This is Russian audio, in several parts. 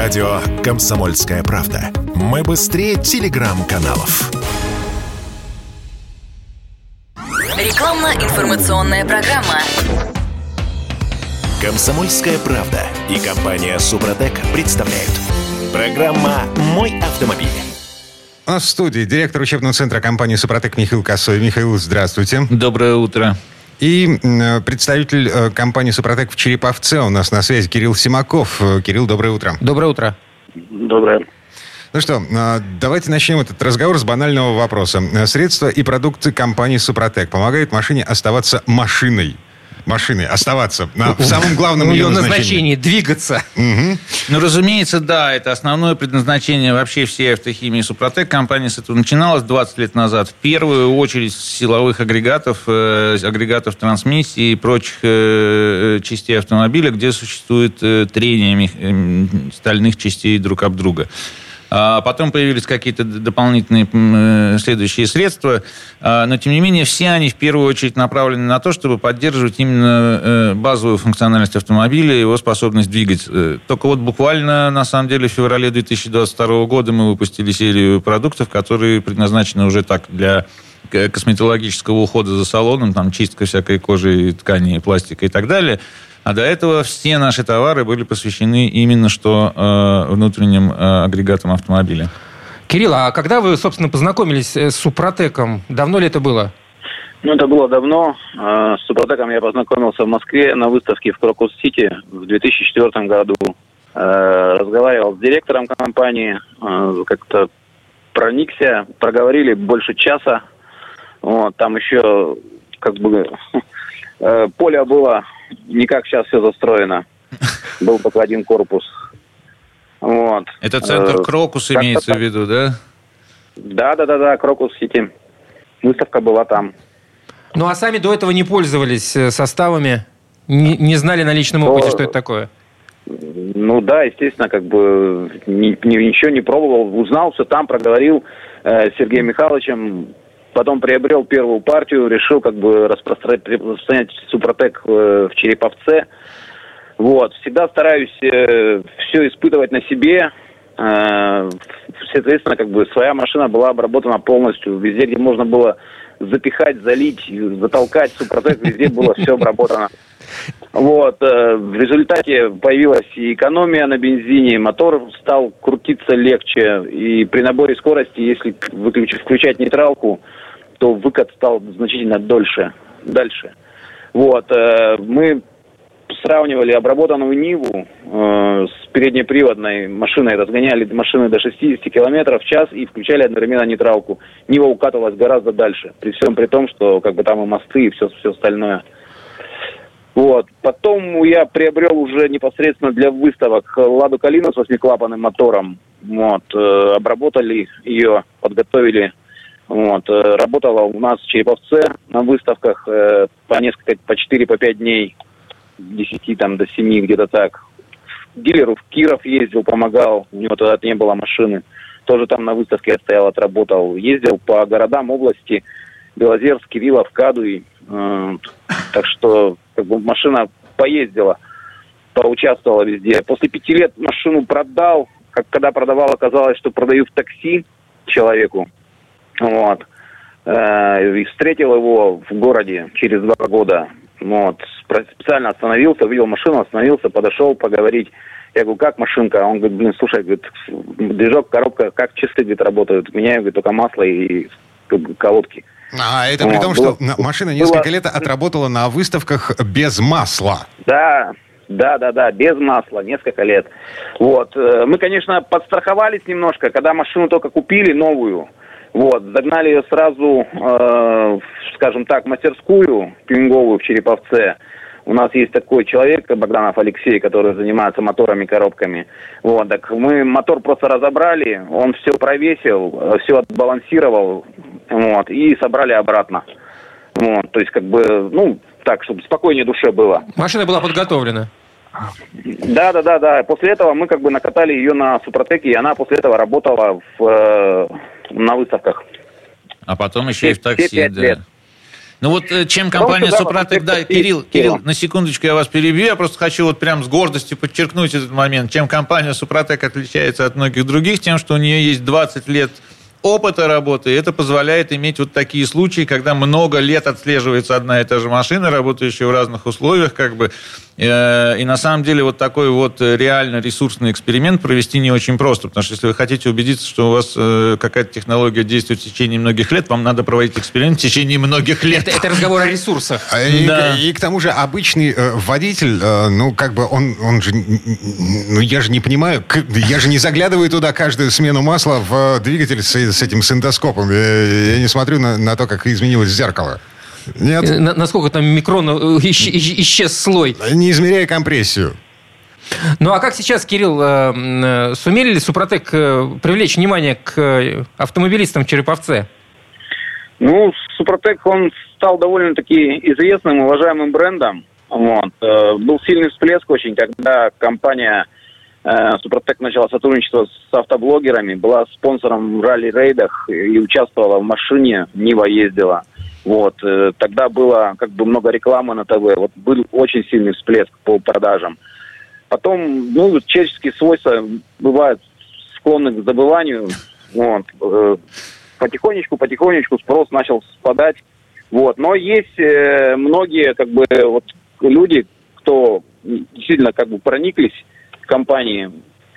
Радио «Комсомольская правда». Мы быстрее телеграм-каналов. Рекламно-информационная программа. «Комсомольская правда» и компания «Супротек» представляют. Программа «Мой автомобиль». У нас в студии директор учебного центра компании «Супротек» Михаил Косой. Михаил, здравствуйте. Доброе утро. И представитель компании «Супротек» в Череповце у нас на связи Кирилл Симаков. Кирилл, доброе утро. Доброе утро. Доброе. Ну что, давайте начнем этот разговор с банального вопроса. Средства и продукты компании «Супротек» помогают машине оставаться машиной. Оставаться в самом главном ее назначении. Двигаться. Угу. Ну, разумеется, да, это основное предназначение вообще всей автохимии Супротек. Компания с этого начиналась 20 лет назад. В первую очередь с силовых агрегатов, трансмиссии и прочих частей автомобиля, где существует трение стальных частей друг об друга. А потом появились какие-то дополнительные следующие средства, но, тем не менее, все они в первую очередь направлены на то, чтобы поддерживать именно базовую функциональность автомобиля и его способность двигать. Только вот буквально, на самом деле, в феврале 2022 года мы выпустили серию продуктов, которые предназначены уже так для косметологического ухода за салоном, там чистка всякой кожи, ткани, пластика и так далее. А до этого все наши товары были посвящены именно что внутренним агрегатам автомобиля. Кирилл, а когда вы, собственно, познакомились с Супротеком? Давно ли это было? Ну, это было давно. С Супротеком я познакомился в Москве на выставке в Крокус-Сити в 2004 году. Разговаривал с директором компании, как-то проникся, проговорили больше часа. Вот, там еще поле было не как сейчас все застроено. Был только один корпус. Вот. Это центр Крокус имеется в виду, да? Да, Крокус-Сити. Выставка была там. Ну, а сами до этого не пользовались составами? Не знали на личном опыте, что это такое? Ну да, естественно, ничего не пробовал. Узнал все там, проговорил с Сергеем Михайловичем. Потом приобрел первую партию, решил распространять Супротек в Череповце. Вот. Всегда стараюсь все испытывать на себе. Соответственно, своя машина была обработана полностью. Везде, где можно было запихать, залить, затолкать Супротек, везде было все обработано. Вот. В результате появилась и экономия на бензине, мотор стал крутиться легче. И при наборе скорости, если включать нейтралку, то выкат стал значительно дальше. Вот. Мы сравнивали обработанную Ниву с переднеприводной машиной, разгоняли машины до 60 км в час и включали одновременно нейтралку. Нива укатывалась гораздо дальше, при всем при том, что там и мосты, и все остальное. Вот. Потом я приобрел уже непосредственно для выставок Ладу Калину с 8-клапанным мотором. Вот. Обработали ее, подготовили. Вот. Работала у нас в Череповце на выставках по 4-5 дней, 10 до 7, где-то так. Дилеру в Киров ездил, помогал, у него тогда не было машины. Тоже там на выставке я стоял, отработал. Ездил по городам области, Белозерск, Кириллов, Кадуй. Так что машина поездила, поучаствовала везде. После 5 лет машину продал. Когда продавал, оказалось, что продаю в такси человеку. Вот. И встретил его в городе через 2 года. Вот. Специально остановился, увидел машину, остановился, подошел поговорить. Я говорю, как машинка? Он говорит, слушай, движок, коробка, как часы, работают. Меняю, только масло и колодки. А это при том, что машина несколько лет отработала на выставках без масла. Да, без масла, несколько лет. Вот. Мы, конечно, подстраховались немножко, когда машину только купили, новую. Вот, загнали ее сразу, в мастерскую тюнинговую в Череповце. У нас есть такой человек, Богданов Алексей, который занимается моторами, коробками. Вот, так мы мотор просто разобрали, он все провесил, все отбалансировал, вот, и собрали обратно. Вот, то есть, чтобы спокойнее душе было. Машина была подготовлена. Да. После этого мы накатали ее на Супротеке, и она после этого работала на выставках. А потом еще и в такси, все 5 лет. Ну вот чем компания Супротек... Да, Кирилл, на секундочку я вас перебью. Я просто хочу вот прям с гордостью подчеркнуть этот момент. Чем компания Супротек отличается от многих других? Тем, что у нее есть 20 лет опыта работы, и это позволяет иметь вот такие случаи, когда много лет отслеживается одна и та же машина, работающая в разных условиях, как бы, и на самом деле вот такой вот реально ресурсный эксперимент провести не очень просто, потому что если вы хотите убедиться, что у вас какая-то технология действует в течение многих лет, вам надо проводить эксперимент в течение многих лет. Это разговор о ресурсах. И к тому же обычный водитель, ну, как бы он же, ну, я же не понимаю, я же не заглядываю туда каждую смену масла в двигатель с этим эндоскопом. Я не смотрю на то, как изменилось зеркало. Нет. Насколько там микрон исчез слой. Не измеряя компрессию. Ну, а как сейчас, Кирилл, сумели ли Супротек привлечь внимание к автомобилистам в Череповце? Ну, Супротек, он стал довольно-таки известным, уважаемым брендом. Вот. Был сильный всплеск очень, когда компания Супротек начала сотрудничество с автоблогерами, была спонсором в ралли-рейдах и участвовала в машине, Нива ездила. Вот. Тогда было как бы много рекламы на ТВ. Вот был очень сильный всплеск по продажам. Потом, ну, человеческие свойства бывают склонны к забыванию. Вот. Потихонечку спрос начал спадать. Вот. Но есть многие как бы вот люди, кто действительно как бы прониклись компании.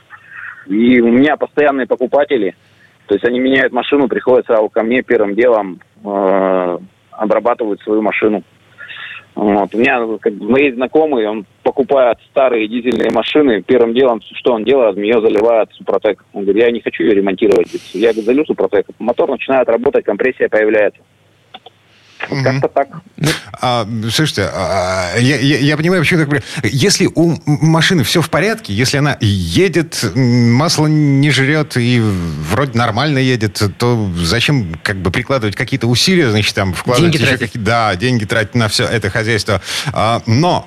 И у меня постоянные покупатели. То есть они меняют машину, приходят сразу ко мне первым делом, обрабатывают свою машину. Вот. У меня как бы, мои знакомые, он покупает старые дизельные машины, первым делом, что он делает, в нее заливает Супротек. Он говорит, я не хочу ее ремонтировать. Я залью Супротек. Мотор начинает работать, компрессия появляется. Как-то так. Слушайте, я понимаю, почему так. Если у машины все в порядке, если она едет, масло не жрет и вроде нормально едет, то зачем как бы прикладывать какие-то усилия, значит, там вкладывать деньги тратить. деньги тратить на все это хозяйство. Но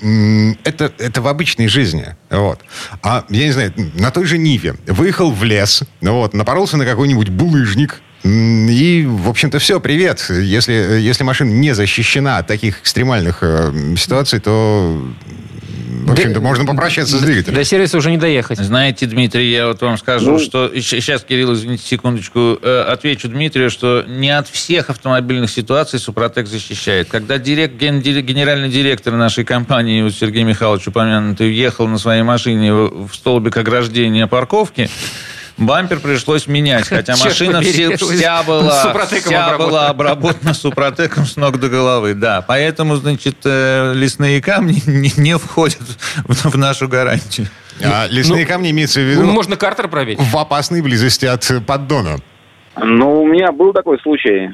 это в обычной жизни. Вот. Я не знаю, на той же Ниве выехал в лес, вот, напоролся на какой-нибудь булыжник. И, в общем-то, все, привет. Если машина не защищена от таких экстремальных ситуаций, то, в общем-то, можно попрощаться с двигателем. До сервиса уже не доехать. Знаете, Дмитрий, я вот вам скажу, что... Сейчас, Кирилл, извините секундочку. Отвечу Дмитрию, что не от всех автомобильных ситуаций Супротек защищает. Когда генеральный директор нашей компании, Сергей Михайлович упомянутый, въехал на своей машине в столбик ограждения парковки, бампер пришлось менять, хотя машина вся была обработана Супротеком с ног до головы. Да, поэтому, значит, лесные камни не входят в нашу гарантию. Лесные камни имеется в виду... Можно картер пробить. В опасной близости от поддона. Ну, у меня был такой случай.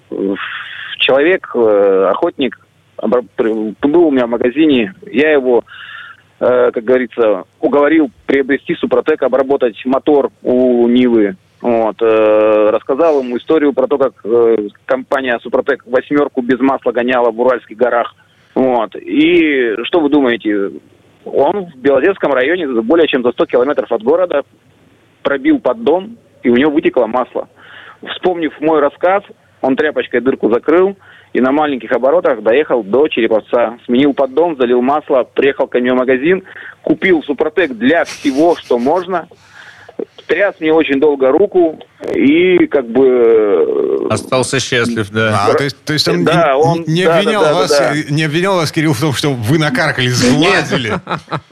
Человек, охотник, был у меня в магазине, я его... как говорится, уговорил приобрести Супротек, обработать мотор у Нивы. Вот. Рассказал ему историю про то, как компания Супротек 8 без масла гоняла в Уральских горах. Вот. И что вы думаете? Он в Белозерском районе более чем за 100 километров от города пробил поддон, и у него вытекло масло. Вспомнив мой рассказ, он тряпочкой дырку закрыл, и на маленьких оборотах доехал до Череповца. Сменил поддон, залил масло, приехал ко мне в магазин, купил Супротек для всего, что можно. Тряс мне очень долго руку и как бы... Остался счастлив, да. То есть он не обвинял вас, Кирилл, в том, что вы накаркали, сглазили.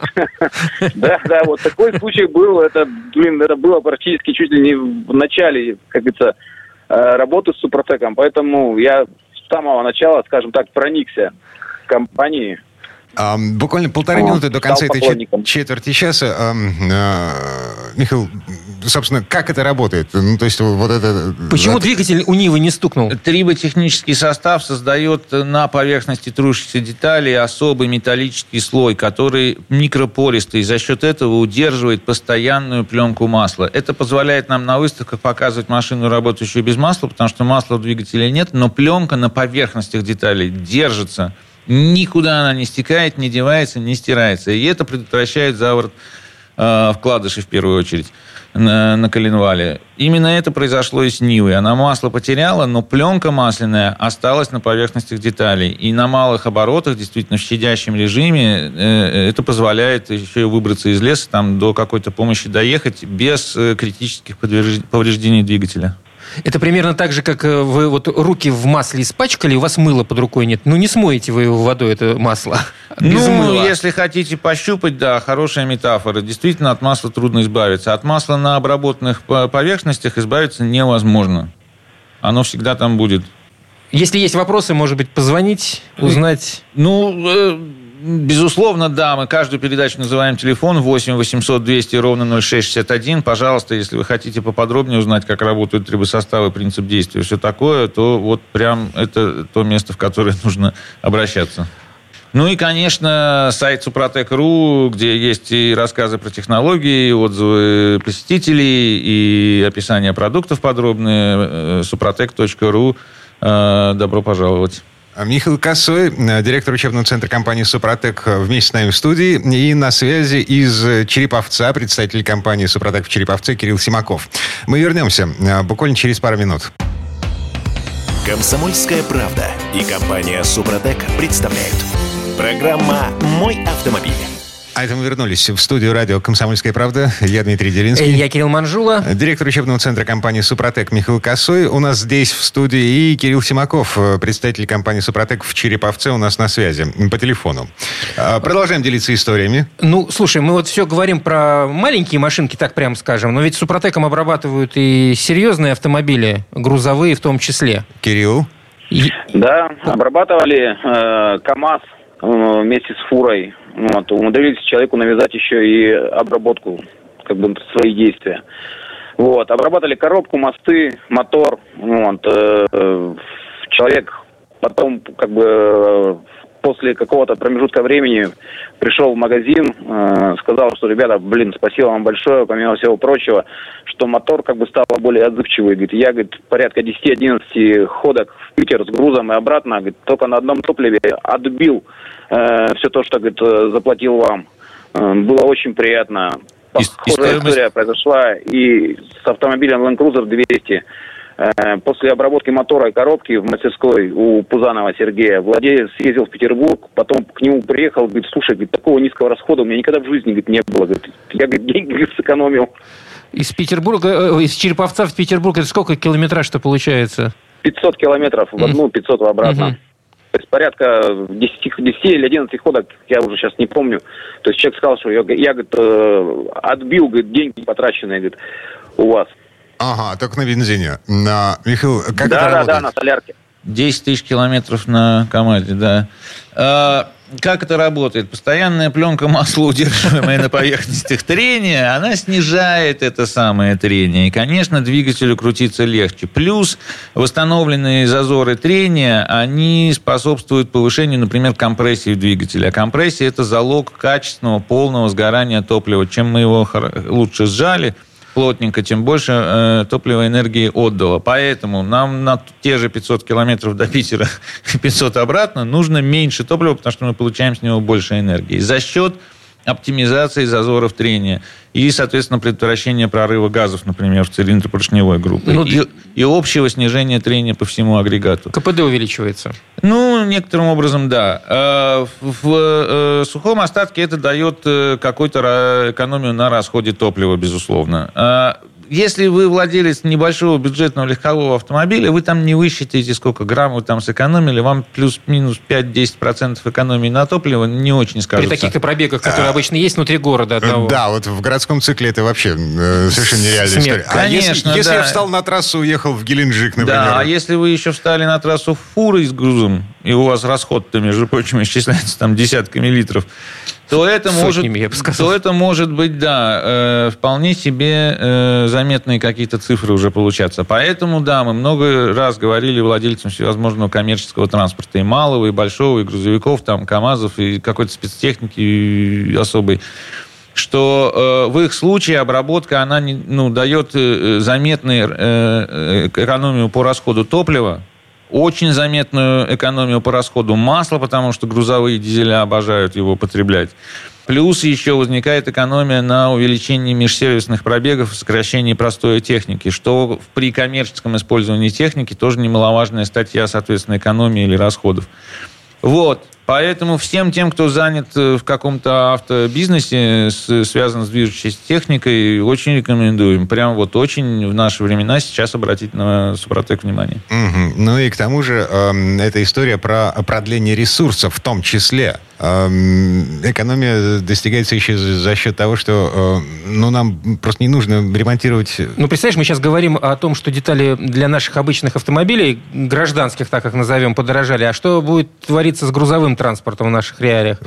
Да, вот такой случай был. Это было практически чуть ли не в начале, как говорится, работы с Супротеком. Поэтому я с самого начала, скажем так, проникся компанией. Буквально полторы минуты до конца этой четверти часа. Михаил, собственно, как это работает? Ну, то есть, вот это... Почему двигатель у Нивы не стукнул? Триботехнический состав создает на поверхности трущихся деталей особый металлический слой, который микропористый, и за счет этого удерживает постоянную пленку масла. Это позволяет нам на выставках показывать машину, работающую без масла, потому что масла в двигателе нет, но пленка на поверхностях деталей держится. Никуда она не стекает, не девается, не стирается. И это предотвращает заворот вкладыши в первую очередь, на коленвале. Именно это произошло и с Нивой. Она масло потеряла, но пленка масляная осталась на поверхностях деталей. И на малых оборотах, действительно, в щадящем режиме, это позволяет еще и выбраться из леса, там, до какой-то помощи доехать без критических повреждений двигателя. Это примерно так же, как вы вот руки в масле испачкали, у вас мыла под рукой нет. Ну, не смоете вы его водой, это масло. Без мыла. Если хотите пощупать, да, хорошая метафора. Действительно, от масла трудно избавиться. От масла на обработанных поверхностях избавиться невозможно. Оно всегда там будет. Если есть вопросы, может быть, позвонить, узнать... Безусловно, да. Мы каждую передачу называем телефон 8 800 200 ровно 0661. Пожалуйста, если вы хотите поподробнее узнать, как работают трибосоставы, принцип действия, все такое, то вот прям это то место, в которое нужно обращаться. Ну и, конечно, сайт Супротек.ру, где есть и рассказы про технологии, и отзывы посетителей, и описание продуктов подробные. Супротек.ру. Добро пожаловать. Михаил Косой, директор учебного центра компании «Супротек», вместе с нами в студии. И на связи из Череповца представитель компании «Супротек» в Череповце Кирилл Симаков. Мы вернемся буквально через пару минут. «Комсомольская правда» и компания «Супротек» представляют. Программа «Мой автомобиль». А это мы вернулись в студию радио «Комсомольская правда». Я Дмитрий Делинский. Я Кирилл Манжула. Директор учебного центра компании «Супротек» Михаил Косой. У нас здесь в студии и Кирилл Симаков, представитель компании «Супротек» в Череповце, у нас на связи по телефону. Продолжаем делиться историями. Ну, слушай, мы вот все говорим про маленькие машинки, так прямо скажем, но ведь «Супротеком» обрабатывают и серьезные автомобили, грузовые в том числе. Кирилл? Да, обрабатывали КАМАЗ вместе с фурой. Вот, умудрились человеку навязать еще и обработку, как бы свои действия. Вот, обрабатывали коробку, мосты, мотор. Вот, человек потом, как бы, после какого-то промежутка времени пришел в магазин, сказал, что, ребята, спасибо вам большое, помимо всего прочего, что мотор как бы стал более отзывчивый. Говорит, я, порядка 10-11 ходок в Питер с грузом и обратно, только на одном топливе отбил все то, что, заплатил вам. Было очень приятно. Похожая история произошла и с автомобилем Land Cruiser 200. После обработки мотора и коробки в мастерской у Пузанова Сергея владелец съездил в Петербург, потом к нему приехал, говорит, слушай, такого низкого расхода у меня никогда в жизни, не было. Я, деньги сэкономил. Из Петербурга, из Череповца в Петербург, это сколько километраж-то получается? 500 километров в одну, 500 в обратно. То есть порядка 10 или 11 ходок, я уже сейчас не помню. То есть человек сказал, что я отбил, деньги потраченные, у вас. Ага, только на бензине. Михаил, как это работает? Да, на солярке. 10 тысяч километров на КамАЗе, да. Как это работает? Постоянная пленка масла, удерживаемая на поверхностях трения, она снижает это самое трение. И, конечно, двигателю крутиться легче. Плюс восстановленные зазоры трения, они способствуют повышению, например, компрессии в двигателе. А компрессия – это залог качественного, полного сгорания топлива. Чем мы его лучше сжали, плотненько, тем больше топлива энергии отдало. Поэтому нам на те же 500 километров до Питера, 500 обратно, нужно меньше топлива, потому что мы получаем с него больше энергии. За счет оптимизации зазоров трения и, соответственно, предотвращения прорыва газов, например, в цилиндропоршневой группе. И общего снижения трения по всему агрегату. КПД увеличивается? Некоторым образом, да. В сухом остатке это дает какую-то экономию на расходе топлива, безусловно. Если вы владелец небольшого бюджетного легкового автомобиля, вы там не высчитаете, сколько грамм вы там сэкономили, вам плюс-минус 5-10% экономии на топливо не очень скажется. При таких-то пробегах, которые обычно есть внутри города одного. Да, вот в городском цикле это вообще совершенно нереальная история. Конечно, если я встал на трассу, уехал в Геленджик, например. Да, а если вы еще встали на трассу фурой с грузом, и у вас расход-то, между прочим, исчисляется там десятками литров, то это может быть, да, вполне себе заметные какие-то цифры уже получаться. Поэтому, да, мы много раз говорили владельцам всевозможного коммерческого транспорта, и малого, и большого, и грузовиков, там, КАМАЗов, и какой-то спецтехники особой, что в их случае обработка, она дает заметную экономию по расходу топлива, очень заметную экономию по расходу масла, потому что грузовые дизеля обожают его потреблять. Плюс еще возникает экономия на увеличении межсервисных пробегов и сокращении простоя техники, что при коммерческом использовании техники тоже немаловажная статья, соответственно, экономии или расходов. Вот. Поэтому всем тем, кто занят в каком-то автобизнесе, связан с движущейся техникой, очень рекомендуем. Прям вот очень в наши времена сейчас обратить на Супротек внимание. Угу. Ну и к тому же эта история про продление ресурсов в том числе. Экономия достигается еще за счет того, что нам просто не нужно ремонтировать... Ну, представляешь, мы сейчас говорим о том, что детали для наших обычных автомобилей, гражданских, так как назовем, подорожали. А что будет твориться с грузовым транспортом в наших реалиях?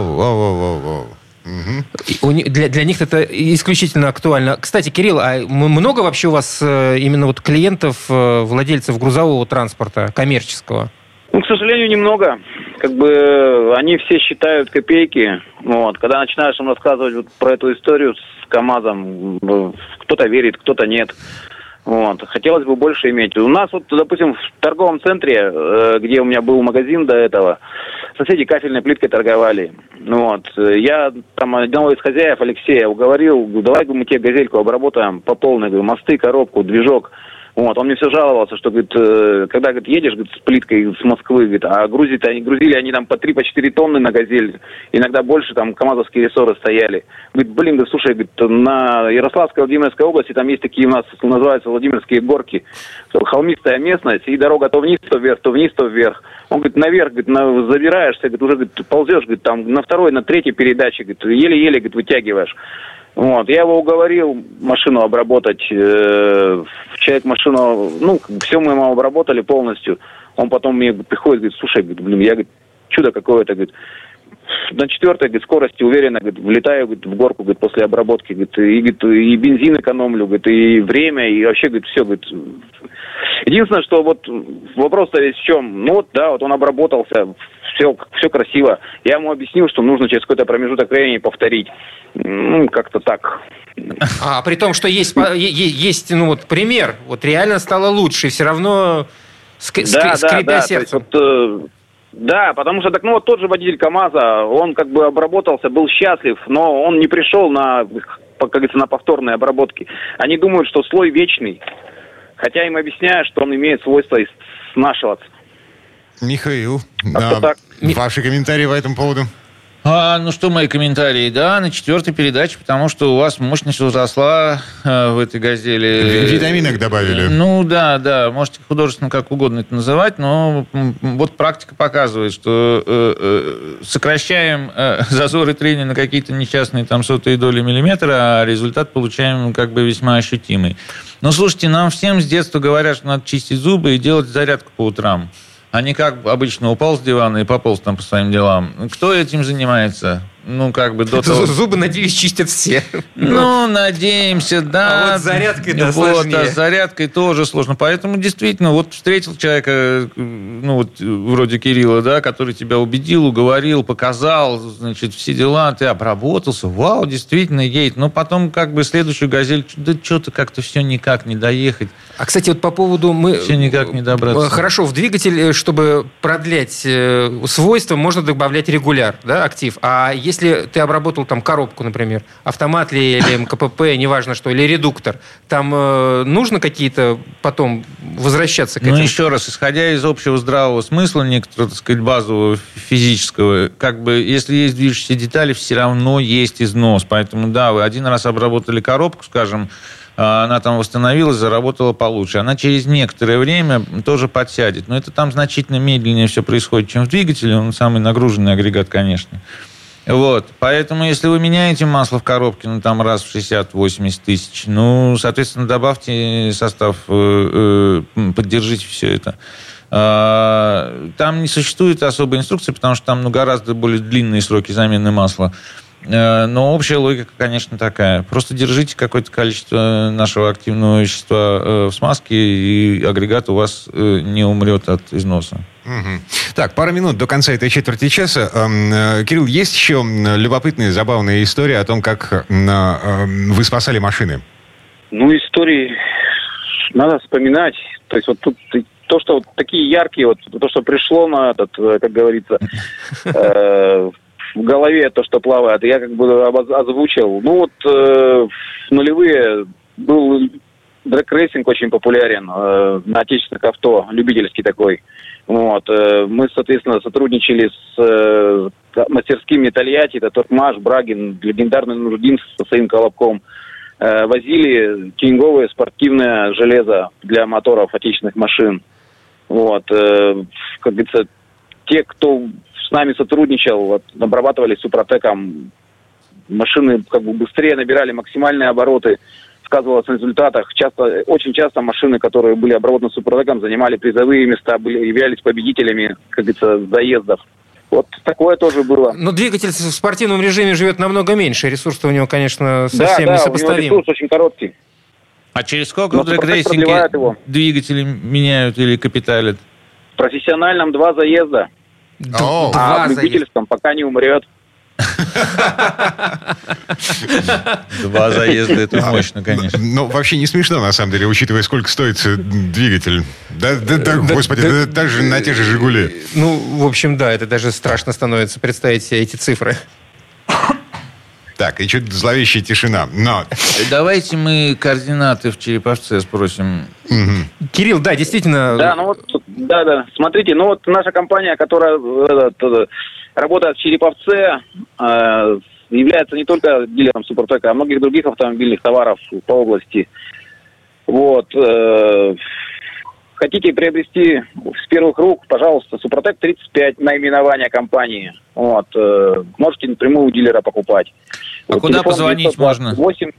Угу. Для них это исключительно актуально. Кстати, Кирилл, а много вообще у вас именно вот клиентов, владельцев грузового транспорта, коммерческого? Ну, к сожалению, немного. Как бы они все считают копейки. Вот. Когда начинаешь им рассказывать вот про эту историю с КАМАЗом, кто-то верит, кто-то нет. Вот. Хотелось бы больше иметь. У нас, вот, допустим, в торговом центре, где у меня был магазин до этого, соседи кафельной плиткой торговали. Вот. Я там одного из хозяев, Алексея, уговорил, давай мы тебе газельку обработаем по полной, говорю, мосты, коробку, движок. Вот, он мне все жаловался, что, говорит, когда, говорит, едешь, говорит, с плиткой с Москвы, говорит, а грузили они там по 3-4 тонны на газель, иногда больше, там, камазовские рессоры стояли. Говорит, блин, говорит, слушай, говорит, на Ярославской, Владимирской области, там есть такие у нас, называются Владимирские горки, холмистая местность, и дорога то вниз, то вверх, то вниз, то вверх. Он, говорит, наверх, говорит, забираешься, говорит, уже, говорит, ползешь, говорит, там, на второй, на третьей передаче, говорит, еле-еле, говорит, вытягиваешь. Вот, я его уговорил машину обработать. Человек машину, все мы ему обработали полностью. Он потом мне приходит, говорит, слушай, блин, я, говорит, чудо какое-то, говорит, на 4-й, говорит, скорости уверенно, говорит, влетаю, говорит, в горку, говорит, после обработки, говорит, и бензин экономлю, говорит, и время, и вообще, говорит, все, говорит. Единственное, что вот вопрос-то весь в чем, вот он обработался, все красиво. Я ему объяснил, что нужно через какой-то промежуток времени повторить. Как-то так. А при том, что есть пример, вот реально стало лучше, и все равно скрипя сердцем. Да, потому что тот же водитель КАМАЗа, он как бы обработался, был счастлив, но он не пришел на повторные обработки. Они думают, что слой вечный, хотя им объясняют, что он имеет свойство снашиваться. Михаил, ваши комментарии по этому поводу? Что мои комментарии? Да, на 4-й передаче, потому что у вас мощность возросла в этой газели. Витаминок добавили. Да, можете художественно как угодно это называть, но вот практика показывает, что сокращаем зазоры трения на какие-то несчастные там сотые доли миллиметра, а результат получаем как бы весьма ощутимый. Но слушайте, нам всем с детства говорят, что надо чистить зубы и делать зарядку по утрам. А не как обычно упал с дивана и пополз там по своим делам. Кто этим занимается? До того... Зубы, надеюсь, чистят все. Надеемся, да. А вот с зарядкой, да, сложнее. С зарядкой тоже сложно. Поэтому, действительно, встретил человека, вроде Кирилла, да, который тебя убедил, уговорил, показал, значит, все дела, ты обработался. Вау, действительно едет. Но потом, следующую газель, что-то как-то все никак не доехать. А, кстати, вот по поводу... Все никак не добраться. Хорошо, в двигатель, чтобы продлять свойства, можно добавлять регуляр, да, актив. А если ты обработал там коробку, например, автомат или МКПП, неважно что, или редуктор, там нужно какие-то потом возвращаться к этому? Еще раз, исходя из общего здравого смысла, некоторого, так сказать, базового физического, если есть движущиеся детали, все равно есть износ. Поэтому, да, вы один раз обработали коробку, скажем, она там восстановилась, заработала получше. Она через некоторое время тоже подсядет. Но это там значительно медленнее все происходит, чем в двигателе. Он самый нагруженный агрегат, конечно. Вот. Поэтому, если вы меняете масло в коробке, раз в 60-80 тысяч, соответственно, добавьте состав, поддержите все это. Там не существует особой инструкции, потому что там гораздо более длинные сроки замены масла. Но общая логика, конечно, такая. Просто держите какое-то количество нашего активного вещества в смазке, и агрегат у вас не умрет от износа. Угу. Так, пару минут до конца этой четверти часа. Кирилл, есть еще любопытные, забавные истории о том, как вы спасали машины? Истории надо вспоминать. То есть тут то, что такие яркие, то, что пришло на как говорится... в голове то, что плавает, я как бы озвучил. Ну вот в нулевые был дрэг-рейсинг очень популярен на отечественных авто, любительский такой. Вот. Мы, соответственно, сотрудничали с мастерскими Тольятти, это Токмаш, Брагин, легендарный Нурдин со своим колобком. Возили тюнинговое спортивное железо для моторов отечественных машин. Вот. Как говорится, те, кто с нами сотрудничал, вот, обрабатывали Супротеком, машины как бы быстрее набирали максимальные обороты, сказывалось на результатах. Очень часто машины, которые были обработаны Супротеком, занимали призовые места, являлись победителями, как говорится, заездов. Вот такое тоже было. Но двигатель в спортивном режиме живет намного меньше. Ресурс у него, конечно, совсем несопоставим. У него ресурс очень короткий. А через сколько в дрэг-рейсинге двигатели меняют или капиталят? В профессиональном 2 заезда. А в любительском пока не умрет. 2 заезда, это мощно, конечно. Ну, вообще не смешно, на самом деле, учитывая, сколько стоит двигатель. Господи, даже на те же «Жигули». Ну, в общем, да, это даже страшно становится представить себе эти цифры. Так, и чуть зловещая тишина. Но... Давайте мы координаты в Череповце спросим. Кирилл, да, действительно... Да. Смотрите, наша компания, которая работает в Череповце, является не только дилером Супротека, а многих других автомобильных товаров по области. Вот. Хотите приобрести с первых рук, пожалуйста, Супротек 35, наименование компании. Вот. Можете напрямую у дилера покупать. А куда позвонить можно? 8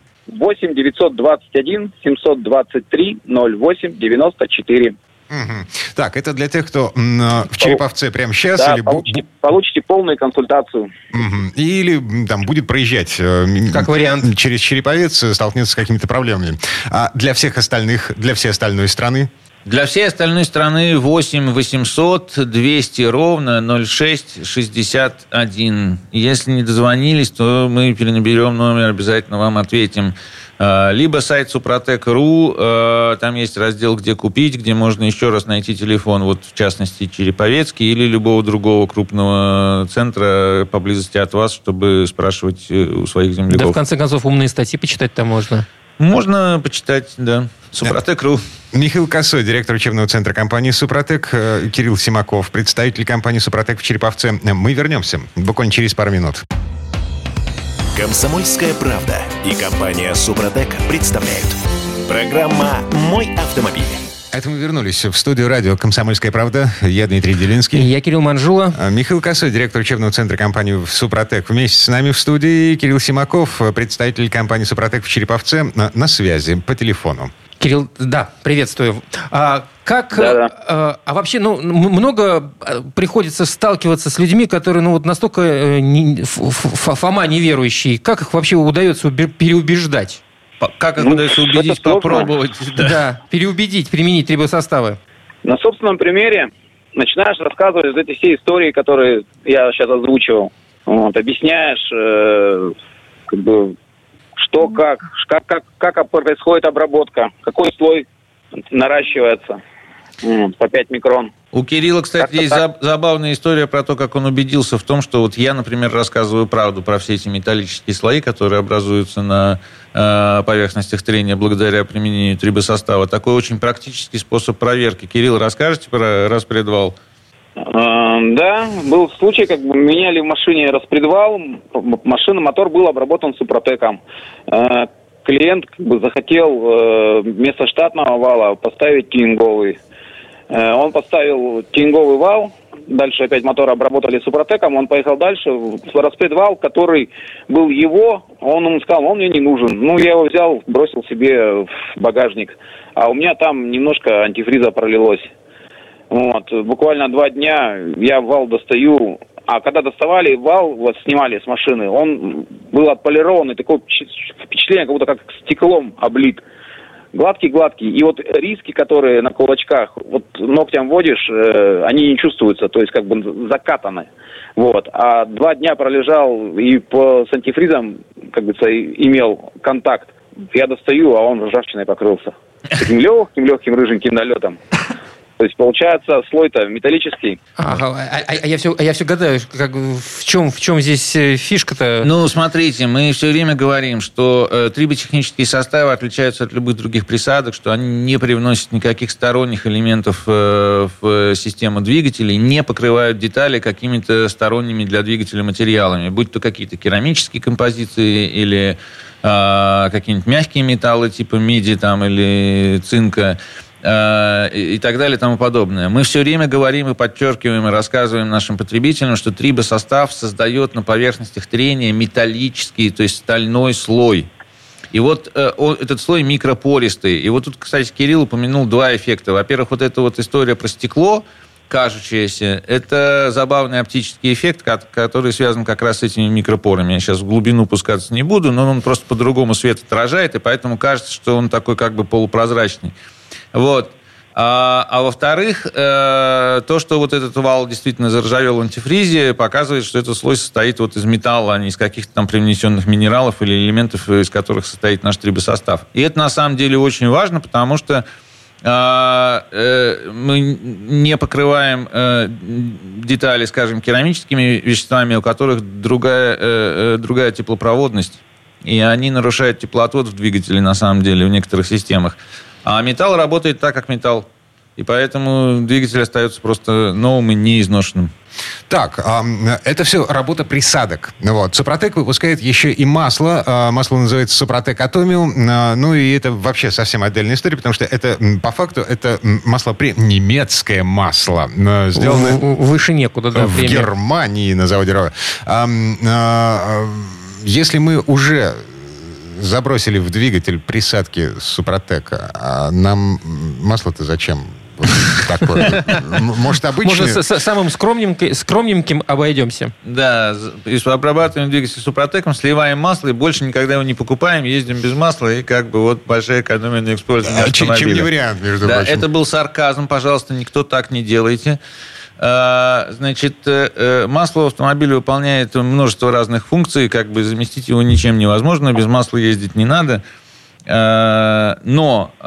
921 723 08 94. Так, это для тех, кто в Череповце прямо сейчас. Да, или получите полную консультацию. Или там будет проезжать как вариант через Череповец, столкнется с какими-то проблемами. А для всех остальных, для всей остальной страны? Для всей остальной страны 8 800 200 ровно 06 61. Если не дозвонились, то мы перенаберем номер, обязательно вам ответим. Либо сайт Супротек.ру, там есть раздел «Где купить», где можно еще раз найти телефон, вот в частности Череповецкий или любого другого крупного центра поблизости от вас, чтобы спрашивать у своих земляков. Да, в конце концов, умные статьи почитать там можно. Можно почитать, да. Супротек.ру. Михаил Косой, директор учебного центра компании «Супротек», Кирилл Симаков, представитель компании «Супротек» в Череповце. Мы вернемся буквально через пару минут. «Комсомольская правда» и компания «Супротек» представляют. Программа «Мой автомобиль». Это мы вернулись в студию радио «Комсомольская правда». Я Дмитрий Делинский. Я Кирилл Манжула. Михаил Косой, директор учебного центра компании «Супротек». Вместе с нами в студии Кирилл Симаков, представитель компании «Супротек» в Череповце, на связи по телефону. Кирилл, да, приветствую. Вообще, много приходится сталкиваться с людьми, которые, настолько Фома неверующие. Как их вообще удается переубеждать? Как их удается убедить, попробовать? Да, переубедить, применить трибосоставы. На собственном примере начинаешь рассказывать эти все истории, которые я сейчас озвучивал. Вот, объясняешь, что, как происходит обработка, какой слой наращивается по 5 микрон. У Кирилла, кстати, есть забавная история про то, как он убедился в том, что вот я, например, рассказываю правду про все эти металлические слои, которые образуются на поверхностях трения благодаря применению трибосостава. Такой очень практический способ проверки. Кирилл, расскажете про распредвал? Да, был случай, меняли в машине распредвал, мотор был обработан Супротеком. Клиент захотел вместо штатного вала поставить тюнинговый. Он поставил тюнинговый вал, дальше опять мотор обработали Супротеком, он поехал дальше, распредвал, который был его, он ему сказал, он мне не нужен. Я его взял, бросил себе в багажник, а у меня там немножко антифриза пролилось. Вот, буквально 2 дня я вал достаю, а когда доставали вал, снимали с машины, он был отполированный, такое впечатление, как будто как стеклом облит. Гладкий-гладкий. И риски, которые на кулачках, ногтем водишь, они не чувствуются, то есть закатаны. Вот. А 2 дня пролежал и с антифризом, имел контакт. Я достаю, а он ржавчиной покрылся. Таким легким рыженьким налетом. То есть, получается, слой-то металлический. Я все гадаю, в чем здесь фишка-то? Ну, смотрите, мы все время говорим, что триботехнические составы отличаются от любых других присадок, что они не привносят никаких сторонних элементов в систему двигателей, не покрывают детали какими-то сторонними для двигателя материалами, будь то какие-то керамические композиции или какие-нибудь мягкие металлы типа меди там, или цинка, и так далее и тому подобное. Мы все время говорим и подчеркиваем, и рассказываем нашим потребителям, что трибосостав создает на поверхностях трения металлический, то есть стальной слой. И вот этот слой микропористый. И вот тут, кстати, Кирилл упомянул два эффекта. Во-первых, вот эта вот история про стекло, кажущееся, это забавный оптический эффект, который связан как раз с этими микропорами. Я сейчас в глубину пускаться не буду, но он просто по-другому свет отражает, и поэтому кажется, что он такой как бы полупрозрачный. Вот. А во-вторых, то, что вот этот вал действительно заржавел в антифризе, показывает, что этот слой состоит вот из металла, а не из каких-то там привнесенных минералов или элементов, из которых состоит наш трибосостав. И это на самом деле очень важно, потому что мы не покрываем детали, скажем, керамическими веществами, у которых другая теплопроводность, и они нарушают теплоотвод в двигателе на самом деле в некоторых системах. А металл работает так, как металл. И поэтому двигатель остается просто новым и неизношенным. Так, это все работа присадок. Вот. Супротек выпускает еще и масло. Масло называется Супротек Atomium. Ну и это вообще совсем отдельная история, потому что это, по факту, это масло немецкое масло. Сделано выше некуда, да. В Германии на заводе Роя. Если мы уже забросили в двигатель присадки Супротека, а нам масло-то зачем? Вот такое. Может, обычное? Может, самым скромненьким обойдемся. Да, обрабатываем двигатель Супротеком, сливаем масло и больше никогда его не покупаем, ездим без масла, и как бы вот большая экономия на использовании автомобиля. Чем не вариант, между прочим. Да, это был сарказм, пожалуйста, никто так не делайте. Значит, масло в автомобиле выполняет множество разных функций, как бы заместить его ничем невозможно, без масла ездить не надо. Но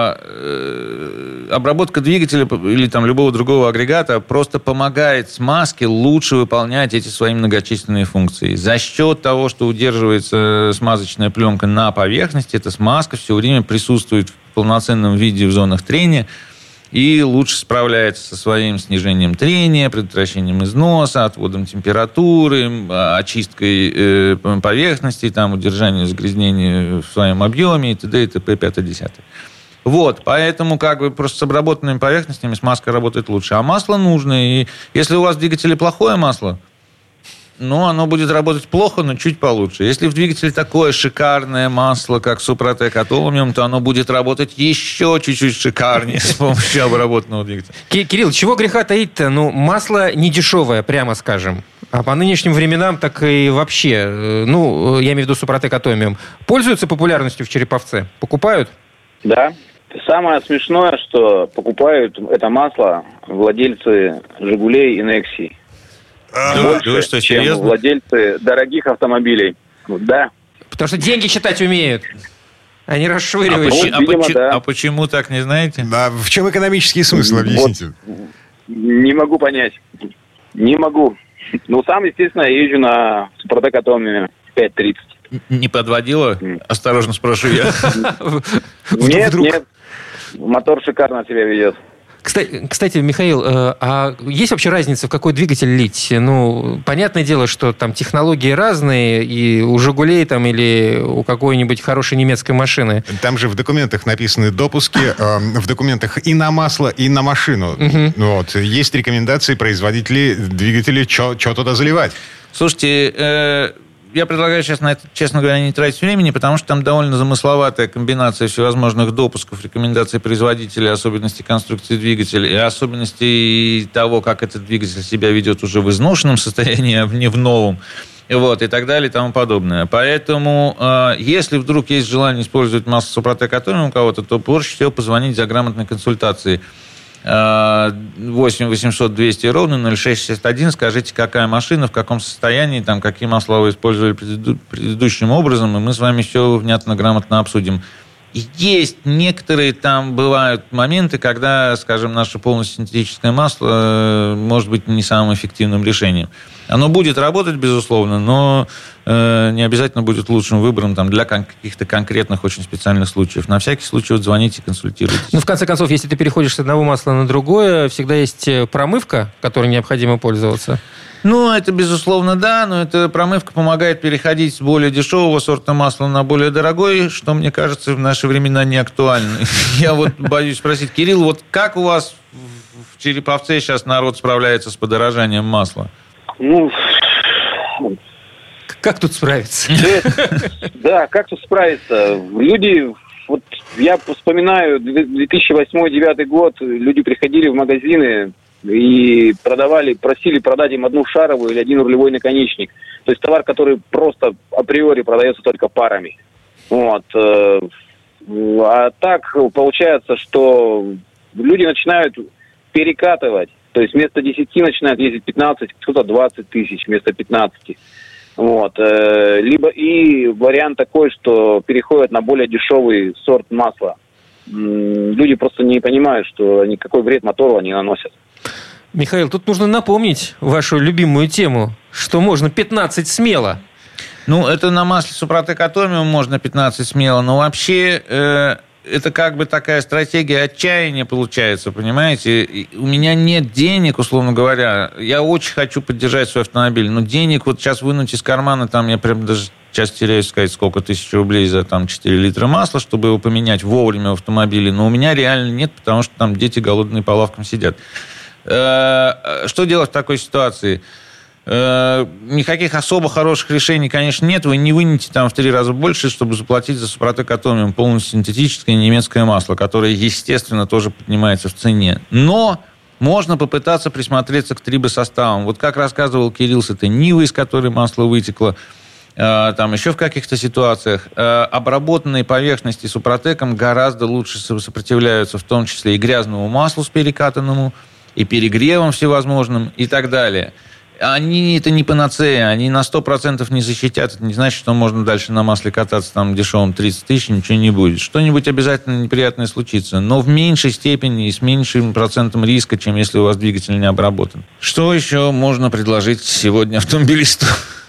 обработка двигателя или там любого другого агрегата просто помогает смазке лучше выполнять эти свои многочисленные функции. За счет того, что удерживается смазочная пленка на поверхности, эта смазка все время присутствует в полноценном виде в зонах трения и лучше справляется со своим снижением трения, предотвращением износа, отводом температуры, очисткой поверхности, там, удержанием загрязнений в своем объеме и т.д. и т.п. 5-10. Вот, поэтому как бы просто с обработанными поверхностями смазка работает лучше. А масло нужно, и если у вас в двигателе плохое масло, ну, оно будет работать плохо, но чуть получше. Если в двигателе такое шикарное масло, как Супротек Atomium, то оно будет работать еще чуть-чуть шикарнее с помощью обработанного двигателя. Кирилл, чего греха таить-то? Ну, масло не дешевое, прямо скажем. А по нынешним временам так и вообще, ну, я имею в виду Супротек Atomium, пользуются популярностью в Череповце? Покупают? Да. Самое смешное, что покупают это масло владельцы «Жигулей» и «Нексии». Больше, чем владельцы дорогих автомобилей. Да. Потому что деньги считать умеют. Они расшвыривают. А почему так, не знаете? Да, в чем экономический смысл, объясните? Вот, не могу понять. Не могу. Ну, сам, естественно, езжу на Супротек Atomium 5.30. Не подводила? Осторожно спрошу я. Нет. Мотор шикарно себя ведет. Кстати, Михаил, а есть вообще разница, в какой двигатель лить? Ну, понятное дело, что там технологии разные, и у «Жигулей» там или у какой-нибудь хорошей немецкой машины. Там же в документах написаны допуски, в документах и на масло, и на машину. Угу. Вот. Есть рекомендации производителей двигателей, что туда заливать. Слушайте, я предлагаю сейчас на это, честно говоря, не тратить времени, потому что там довольно замысловатая комбинация всевозможных допусков, рекомендаций производителя, особенностей конструкции двигателя и особенностей того, как этот двигатель себя ведет уже в изношенном состоянии, а не в новом. Вот, и так далее, и тому подобное. Поэтому, если вдруг есть желание использовать масло Супротек Atomium у кого-то, то проще всего позвонить за грамотной консультацией. 8 800 200 ровно 0661. Скажите, какая машина, в каком состоянии, там, какие масла вы использовали предыдущим образом, и мы с вами все внятно, грамотно обсудим. Есть некоторые там бывают моменты, когда, скажем, наше полностью синтетическое масло может быть не самым эффективным решением. Оно будет работать, безусловно, но не обязательно будет лучшим выбором там, для каких-то конкретных, очень специальных случаев. На всякий случай вот звоните, консультируйтесь. Ну, в конце концов, если ты переходишь с одного масла на другое, всегда есть промывка, которой необходимо пользоваться. Ну, это, безусловно, да, но эта промывка помогает переходить с более дешевого сорта масла на более дорогой, что, мне кажется, в наши времена не актуально. Я вот боюсь спросить, Кирилл, вот как у вас в Череповце сейчас народ справляется с подорожанием масла? Ну, как тут справиться? Да, как тут справиться? Люди, вот я вспоминаю 2008-2009 год, люди приходили в магазины и просили продать им одну шаровую или один рулевой наконечник. То есть товар, который просто априори продается только парами. Вот. А так получается, что люди начинают перекатывать. То есть вместо 10 начинают ездить 15, кто-то 20 тысяч вместо 15. Вот. Либо и вариант такой, что переходят на более дешевый сорт масла. Люди просто не понимают, что никакой вред мотору они наносят. Михаил, тут нужно напомнить вашу любимую тему, что можно 15 смело. Ну, это на масле Супротек Атомиум можно 15 смело, но вообще это как бы такая стратегия отчаяния получается, понимаете? И у меня нет денег, условно говоря. Я очень хочу поддержать свой автомобиль, но денег вот сейчас вынуть из кармана, там я прям даже сейчас теряюсь сказать, сколько 1000 рублей за там 4 литра масла, чтобы его поменять вовремя в автомобиле, но у меня реально нет, потому что там дети голодные по лавкам сидят. Что делать в такой ситуации? Никаких особо хороших решений, конечно, нет. Вы не вынете там в 3 раза больше, чтобы заплатить за Супротек Атомиум полностью синтетическое немецкое масло, которое, естественно, тоже поднимается в цене. Но можно попытаться присмотреться к трибосоставам. Вот как рассказывал Кирилл с этой Нивы, из которой масло вытекло, там еще в каких-то ситуациях, обработанные поверхности Супротеком гораздо лучше сопротивляются, в том числе и грязному маслу с перекатанному, и перегревом всевозможным, и так далее. Они это не панацея, они на 100% не защитят. Это не значит, что можно дальше на масле кататься там дешевым 30 тысяч, ничего не будет. Что-нибудь обязательно неприятное случится, но в меньшей степени и с меньшим процентом риска, чем если у вас двигатель не обработан. Что еще можно предложить сегодня автомобилисту?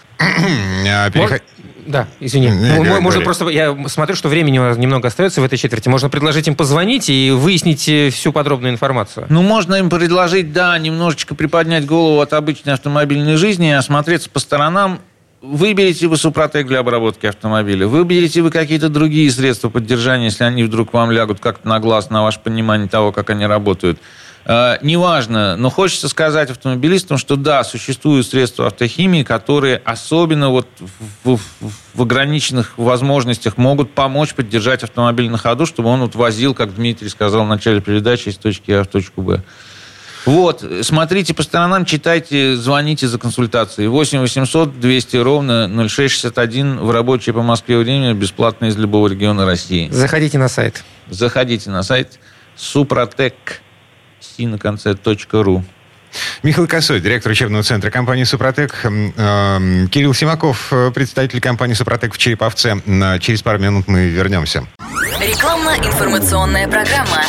Да, извини. Можно просто, я смотрю, что времени у нас немного остается в этой четверти. Можно предложить им позвонить и выяснить всю подробную информацию. Ну, можно им предложить, да, немножечко приподнять голову от обычной автомобильной жизни и осмотреться по сторонам. Выберите вы Супротек для обработки автомобиля, выберите вы какие-то другие средства поддержания, если они вдруг вам лягут как-то на глаз, на ваше понимание того, как они работают. Неважно, но хочется сказать автомобилистам, что да, существуют средства автохимии, которые особенно вот в ограниченных возможностях могут помочь поддержать автомобиль на ходу, чтобы он вот возил, как Дмитрий сказал в начале передачи, из точки А в точку Б. Вот, смотрите по сторонам, читайте, звоните за консультацией. 8 800 200 ровно 0661 в рабочее по Москве время, бесплатно из любого региона России. Заходите на сайт. Заходите на сайт Супротек на конце .ру. Михаил Косой, директор учебного центра компании «Супротек». Кирилл Симаков, представитель компании «Супротек» в Череповце. Через пару минут мы вернемся. Рекламно-информационная программа.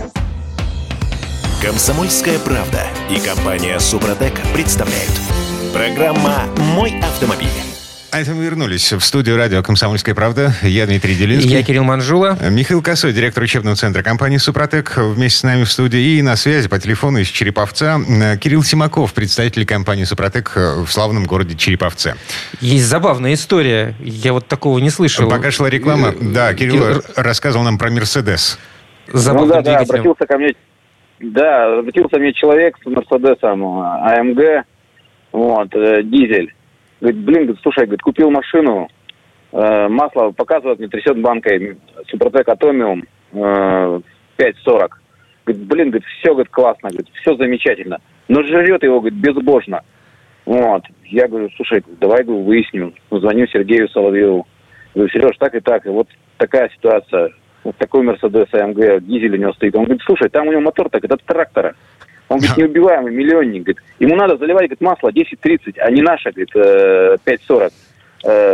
«Комсомольская правда» и компания «Супротек» представляют. Программа «Мой автомобиль». А это мы вернулись в студию радио «Комсомольская правда». Я Дмитрий Делинский. Я Кирилл Манжула. Михаил Косой, директор учебного центра компании «Супротек», вместе с нами в студии. И на связи по телефону из Череповца Кирилл Симаков, представитель компании «Супротек» в славном городе Череповце. Есть забавная история. Я вот такого не слышал. Пока шла реклама, да, Кирилл рассказывал нам про «Мерседес». Забавным двигателем. Обратился мне человек с «Мерседесом» АМГ, дизель. Говорит, слушай, купил машину, масло показывает, мне трясет банкой, Супротек Атомиум 5,40. Говорит, все, классно, все замечательно. Но жрет его, безбожно. Я говорю, слушай, давай, выясню. Звоню Сергею Соловьеву. Говорю, Сереж, так и так, и вот такая ситуация. Вот такой Мерседес АМГ, дизель у него стоит. Он говорит, слушай, там у него мотор так, это от трактора. Он, неубиваемый, миллионник. Ему надо заливать, масло 10-30, а не наше, 5,40.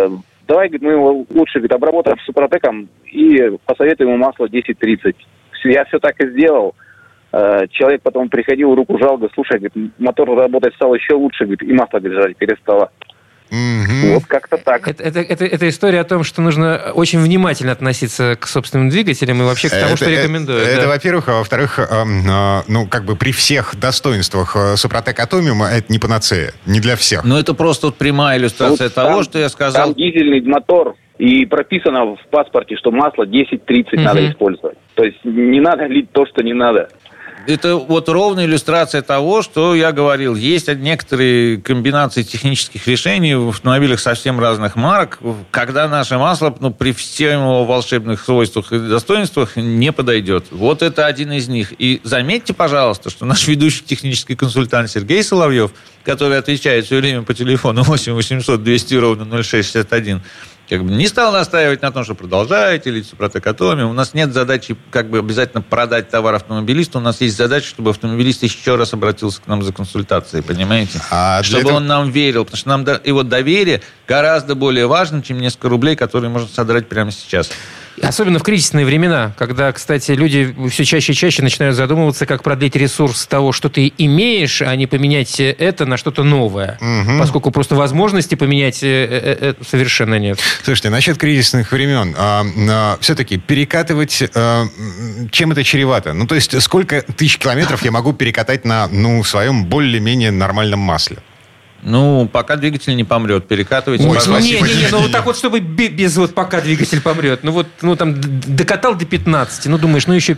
давай, говорит, мы его лучше, говорит, обработаем Супротеком и посоветуем ему масло 10-30. Я все так и сделал. Человек потом приходил, руку жал, говорит, слушай, говорит, мотор работать стал еще лучше, говорит, и масло держать перестало. Вот как-то так. Это история о том, что нужно очень внимательно относиться к собственным двигателям и вообще к тому, что рекомендуют. Это, во-первых. А во-вторых, при всех достоинствах Супротек Atomium это не панацея, не для всех. Ну, это просто прямая иллюстрация того, что я сказал. Там дизельный мотор, и прописано в паспорте, что масло 10-30 надо использовать. То есть не надо лить то, что не надо. Это вот ровная иллюстрация того, что я говорил. Есть некоторые комбинации технических решений в автомобилях совсем разных марок, когда наше масло при всех его волшебных свойствах и достоинствах не подойдет. Вот это один из них. И заметьте, пожалуйста, что наш ведущий технический консультант Сергей Соловьев, который отвечает все время по телефону 8 800 200 ровно 0661, не стал настаивать на том, что продолжаете лить Супротек Atomium. У нас нет задачи обязательно продать товар автомобилисту. У нас есть задача, чтобы автомобилист еще раз обратился к нам за консультацией, понимаете? Чтобы он нам верил. Потому что нам его доверие гораздо более важно, чем несколько рублей, которые можно содрать прямо сейчас. Особенно в кризисные времена, когда, кстати, люди все чаще и чаще начинают задумываться, как продлить ресурс того, что ты имеешь, а не поменять это на что-то новое. Поскольку просто возможности поменять совершенно нет. Слушайте, насчет кризисных времен. Все-таки перекатывать, чем это чревато? То есть, сколько тысяч километров я могу перекатать на своем более-менее нормальном масле? Пока двигатель не помрет, перекатывайте. Вот так вот, чтобы без пока двигатель помрет. Там докатал до 15, думаешь, еще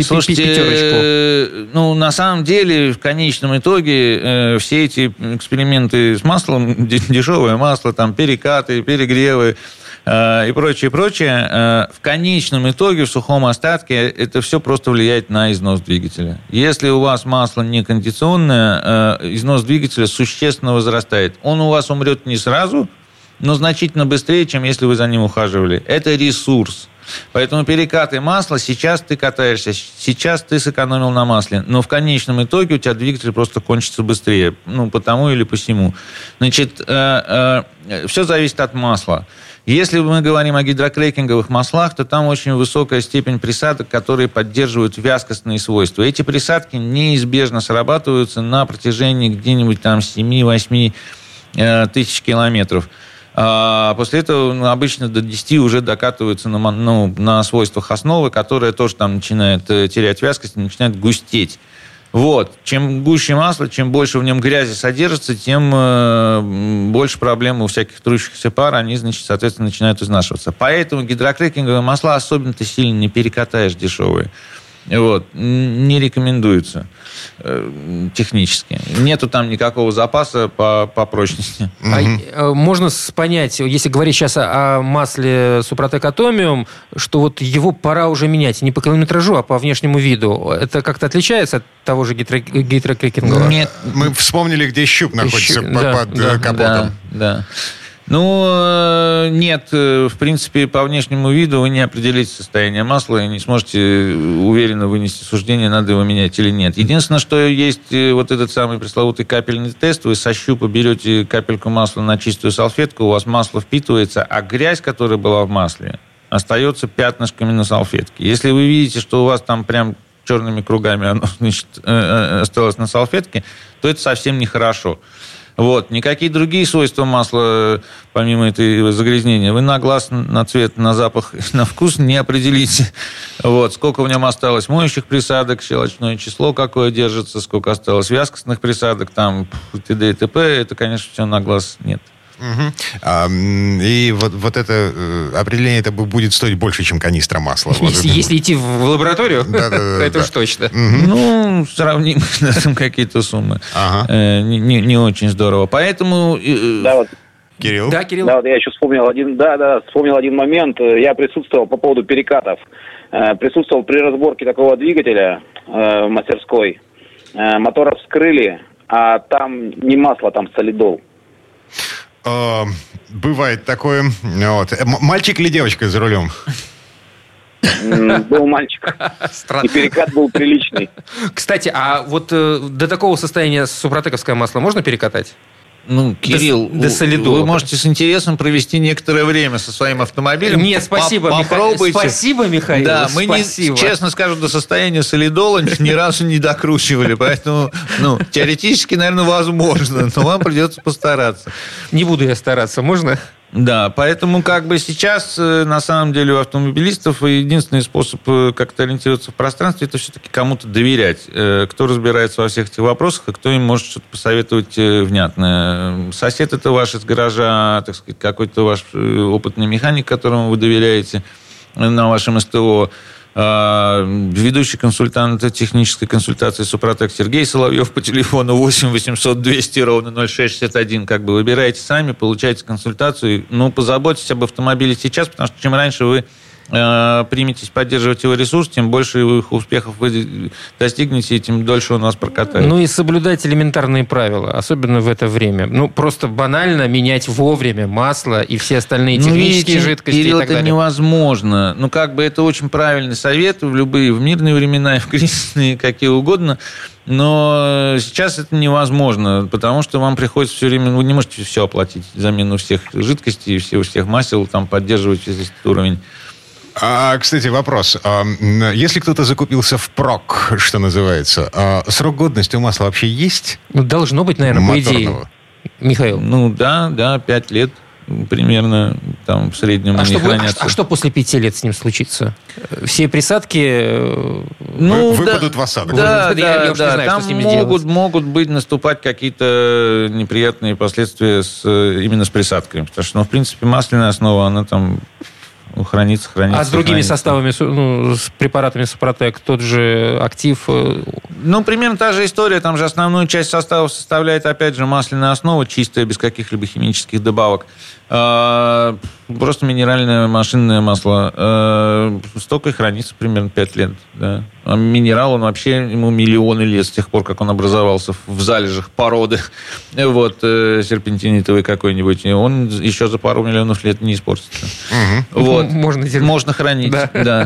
пятерочку. На самом деле, в конечном итоге, все эти эксперименты с маслом, дешевое масло, перекаты, перегревы, и прочее, в конечном итоге, в сухом остатке, это все просто влияет на износ двигателя. Если у вас масло не кондиционное, износ двигателя существенно возрастает. Он у вас умрет не сразу, но значительно быстрее, чем если вы за ним ухаживали. Это ресурс. Поэтому перекаты масла, сейчас ты катаешься, сейчас ты сэкономил на масле, но в конечном итоге у тебя двигатель просто кончится быстрее, по тому или по сему. Значит, все зависит от масла. Если мы говорим о гидрокрекинговых маслах, то там очень высокая степень присадок, которые поддерживают вязкостные свойства. Эти присадки неизбежно срабатываются на протяжении где-нибудь 7-8 тысяч километров. А после этого обычно до 10 уже докатываются на свойствах основы, которая тоже начинает терять вязкость и начинает густеть. Чем гуще масло, чем больше в нем грязи содержится, тем больше проблем у всяких трущихся пар, они, соответственно, начинают изнашиваться. Поэтому гидрокрекинговые масла особенно-то сильно не перекатаешь дешевые. Не рекомендуется технически. Нету там никакого запаса по прочности. Можно понять, если говорить сейчас о масле Супротек Atomium, что его пора уже менять не по километражу, а по внешнему виду. Это как-то отличается от того же гидрокрекингового? Нет. Мы вспомнили, где щуп находится под капотом. Да. Нет, в принципе, по внешнему виду вы не определите состояние масла и не сможете уверенно вынести суждение, надо его менять или нет. Единственное, что есть этот самый пресловутый капельный тест, вы со щупа берете капельку масла на чистую салфетку, у вас масло впитывается, а грязь, которая была в масле, остается пятнышками на салфетке. Если вы видите, что у вас там прям черными кругами оно, осталось на салфетке, то это совсем нехорошо. Никакие другие свойства масла, помимо этой загрязнения, вы на глаз, на цвет, на запах, на вкус не определите. Сколько в нем осталось моющих присадок, щелочное число какое держится, сколько осталось вязкостных присадок, т.д. и т.п. Это, конечно, все на глаз нет. И это определение это будет стоить больше, чем канистра масла. Если идти в лабораторию, это уж точно. Сравним какие-то суммы. Не очень здорово. Поэтому... Кирилл? Да, Кирилл. Да, я еще вспомнил один момент. Я присутствовал по поводу перекатов. Присутствовал при разборке такого двигателя в мастерской. Мотор вскрыли, а там не масло, там солидол. Бывает такое. Мальчик или девочка за рулем? Был мальчик. И перекат был приличный. Кстати, а до такого состояния супротековское масло можно перекатать? Кирилл, вы можете с интересом провести некоторое время со своим автомобилем. Нет, спасибо, Попробуйте. Спасибо, Михаил. Да, мы, честно скажу, до состояния солидола ни разу не докручивали, поэтому, теоретически, наверное, возможно, но вам придется постараться. Не буду я стараться, можно? Да, поэтому сейчас, на самом деле, у автомобилистов единственный способ как-то ориентироваться в пространстве, это все-таки кому-то доверять, кто разбирается во всех этих вопросах, и кто им может что-то посоветовать внятное. Сосед это ваш из гаража, так сказать, какой-то ваш опытный механик, которому вы доверяете на вашем СТО, ведущий консультант технической консультации «Супротек» Сергей Соловьев по телефону 8 800 200 ровно 0661. Выбираете сами, получаете консультацию. Позаботьтесь об автомобиле сейчас, потому что чем раньше вы приметесь поддерживать его ресурс, тем больше успехов вы достигнете, и тем дольше он вас прокатает. И соблюдать элементарные правила, особенно в это время. Просто банально менять вовремя масло и все остальные технические жидкости, Кирилл, и так далее. это невозможно. Это очень правильный совет в мирные времена, и в кризисные, какие угодно. Но сейчас это невозможно, потому что вам приходится все время... Вы не можете все оплатить, замену всех жидкостей, всех масел, поддерживать весь этот уровень. Кстати, вопрос. Если кто-то закупился впрок, что называется, срок годности у масла вообще есть? Должно быть, наверное, по идее. Михаил. Да, 5 лет примерно в среднем они хранятся. А что после 5 лет с ним случится? Все присадки... выпадут в осадок. Да, я уж не знаю, что с ними делать. Могут наступать какие-то неприятные последствия именно с присадками. Потому что, в принципе, масляная основа, она хранится. А с другими составами, с препаратами Супротек, тот же актив? Примерно та же история. Там же основную часть состава составляет, опять же, масляная основа, чистая, без каких-либо химических добавок. Просто минеральное машинное масло. Столько и хранится примерно 5 лет. Да. А минерал, он вообще, ему миллионы лет с тех пор, как он образовался в залежах породы серпентинитовой какой-нибудь. И он еще за пару миллионов лет не испортится. Можно хранить. Да.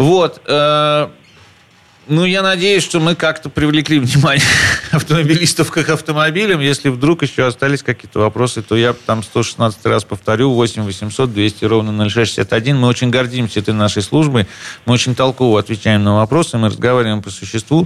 Я надеюсь, что мы как-то привлекли внимание автомобилистов к их автомобилям. Если вдруг еще остались какие-то вопросы, то я 116 раз повторю: 8 800 200 ровно 0661. Мы очень гордимся этой нашей службой. Мы очень толково отвечаем на вопросы, мы разговариваем по существу.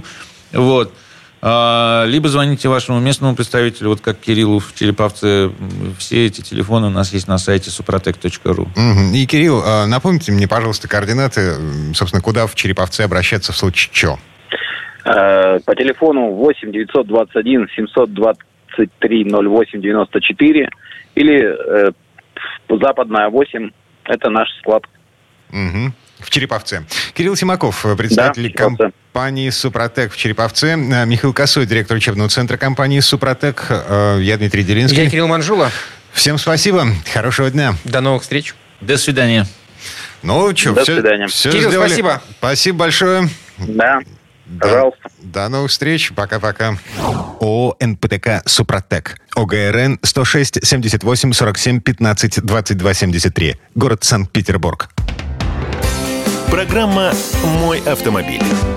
Либо звоните вашему местному представителю, как Кириллу в Череповце. Все эти телефоны у нас есть на сайте suprotec.ru. И, Кирилл, напомните мне, пожалуйста, координаты, собственно, куда в Череповце обращаться в случае чего? По телефону 8 921 723 08 94 или Западная 8. Это наш склад. В Череповце. Кирилл Симаков, председатель компании «Супротек» в Череповце. Михаил Косой, директор учебного центра компании «Супротек». Я Дмитрий Делинский. Я Кирилл Манжула. Всем спасибо. Хорошего дня. До новых встреч. До свидания. До свидания. Кирилл, сделали. Спасибо. Спасибо большое. Да. Пожалуйста. До новых встреч. Пока-пока. ООО «НПТК Супротек». ОГРН 106 78 47 15 22 73. Город Санкт-Петербург. Программа «Мой автомобиль».